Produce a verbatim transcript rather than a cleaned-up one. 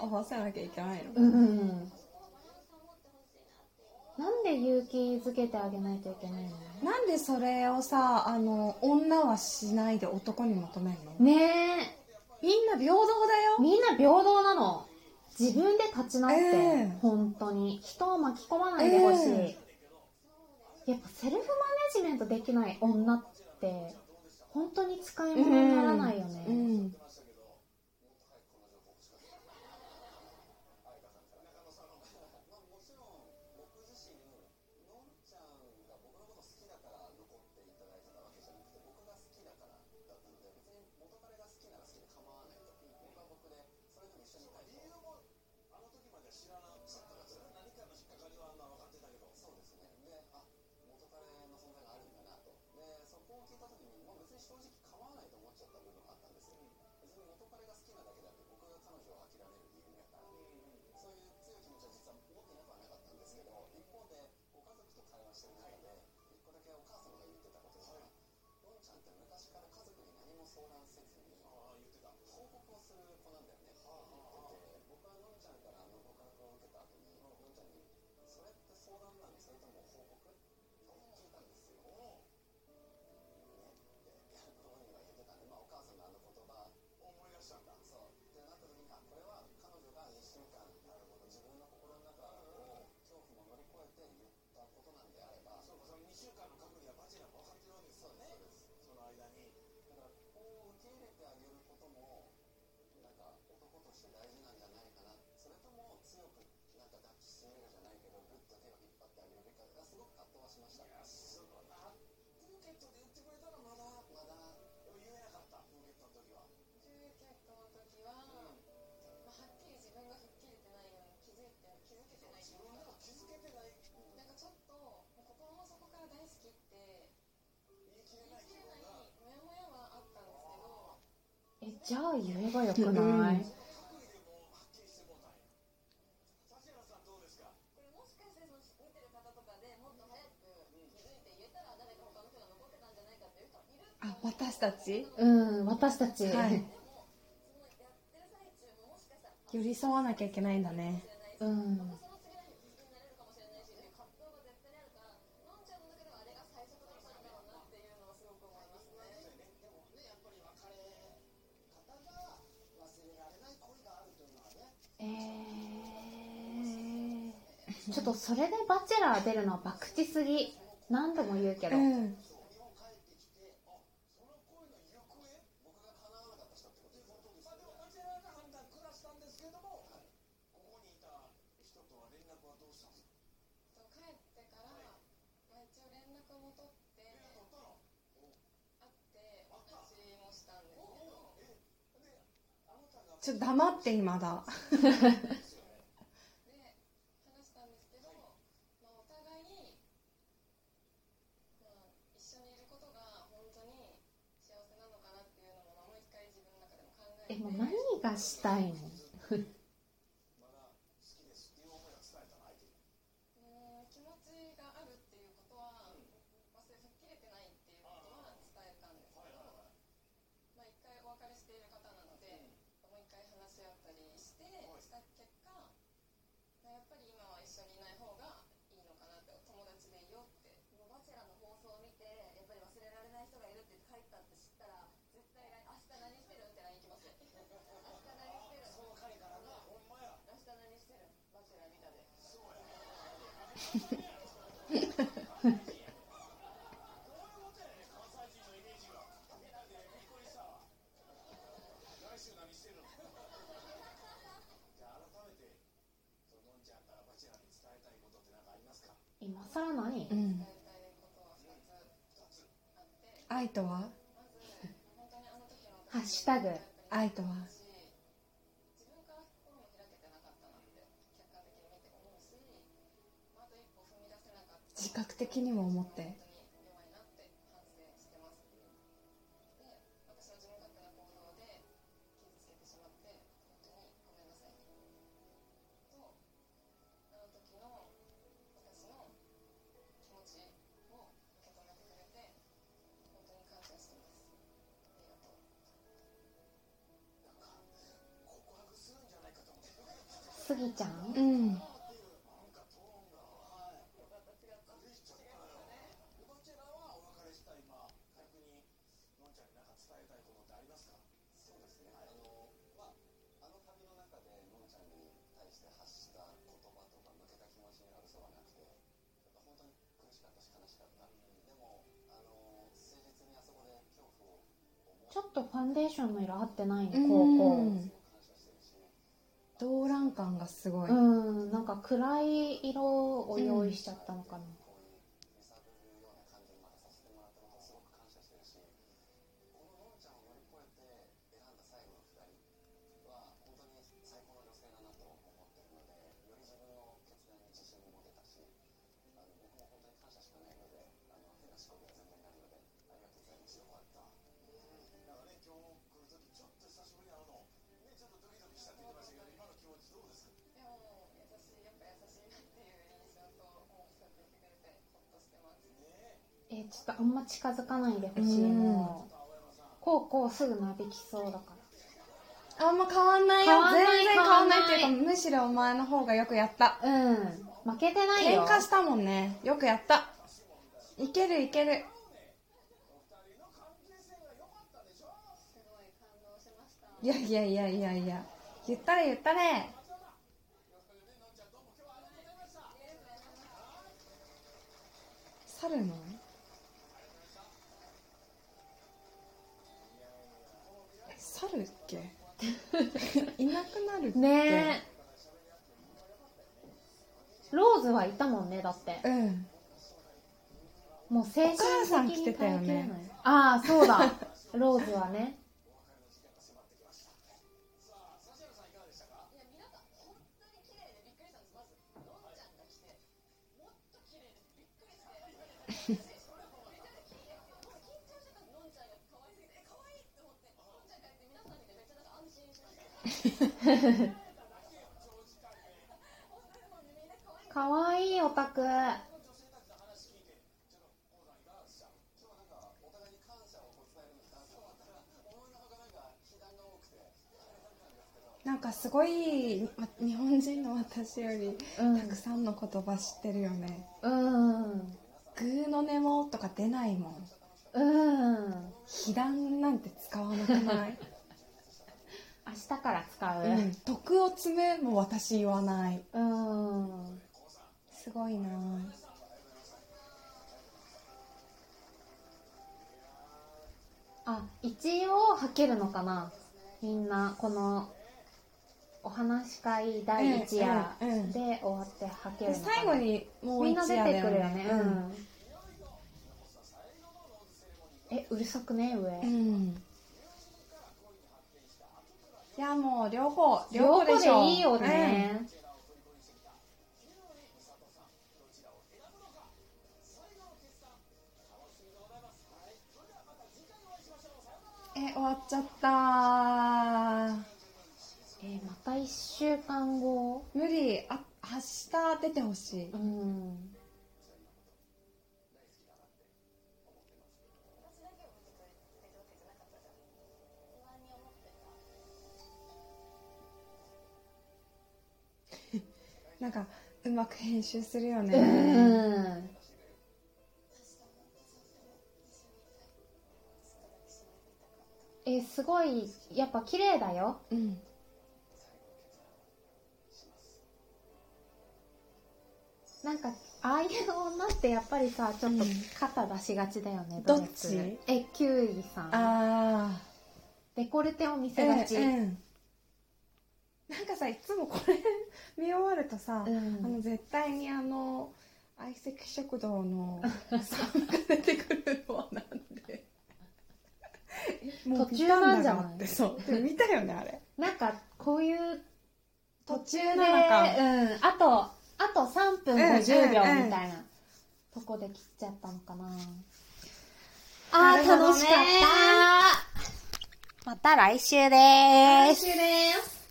合わせなきゃいけないの？ うん。なんで勇気づけてあげないといけないの？ なんでそれをさ、あの女はしないで男に求めるの？ ねえ。 みんな平等だよ。 みんな平等なの。自分で立ち直って、 えー、 本当に人を巻き込まないでほしい、えー、やっぱセルフマネジメントできない女って本当に使い物にならないよね。 うんうん、 え、じゃあ言えばよくない？うん、 あ、私たち？ うん、私たち、はい、 寄り添わなきゃいけないんだね。 うん。えー、ちょっとそれでバチェラー出るのは博打すぎ。何度も言うけど、うん、 ちょっと黙って今だ。 え、もう何がしたいの？今更何？ うん、愛とは？ ハッシュタグ愛とは？自覚的にも思って。 スギちゃん、 うん、 ちょっとファンデーションの色合ってないね、 うん、 高校。 動乱感がすごい。 うん、なんか暗い色を用意しちゃったのかな。えー、ちょっとあんま近づかないでほしい、もうこうこうすぐなびきそうだから。 あんま変わんないよ。 変わんない全然変わんないっていうか、むしろお前の方がよくやった。 うん、負けてないよ。 喧嘩したもんね。よくやった。いけるいける。いやいやいやいやいや、言ったれ言ったれ。猿の猿っけいなくなるっけねえ。ローズはいたもんね、だって。 うん。 もう精神的にお母さん来てたよね。 ああ、そうだ。ローズはね。かわいいオタク。 なんかすごい日本人の私よりたくさんの言葉知ってるよね。うん。グーの音もとか出ないもん。うん。被弾なんて使わなくない明日から使う。 うん。徳を積むも私言わない。うん。すごいな。 あ、一応吐けるのかな。みんなこのお話し会だいいち夜で終わって吐けるのかな。 最後にもう一夜だよね。みんな出てくるよね。うん。 え、うるさくね、上。うん。 いやもう両方両方でしょ。両方でいいよね。 うん、え、終わっちゃったー。 えー、またいっしゅうかんご。 無理。あ、明日出てほしい。うん。なんかうまく編集するよね。うん。 えー、すごいやっぱ綺麗だよ。うん。なんかああいう女ってやっぱりさ、ちょっと肩出しがちだよね。 うん、どっち？ え、キュウリさん。ああ。デコルテを見せがち。うんうん、 なんかさ、いつもこれ見終わるとさ、うん、あの絶対にあの相席食堂のさんが出てくるのはなんでもう途中なんじゃない？ そうで見たよねあれ。 なんかこういう途中なのか、 うん、あとあとさんぷんごじゅうびょうみたいなとこで切っちゃったのかな。あー、楽しかった。また来週でーす。 来週です。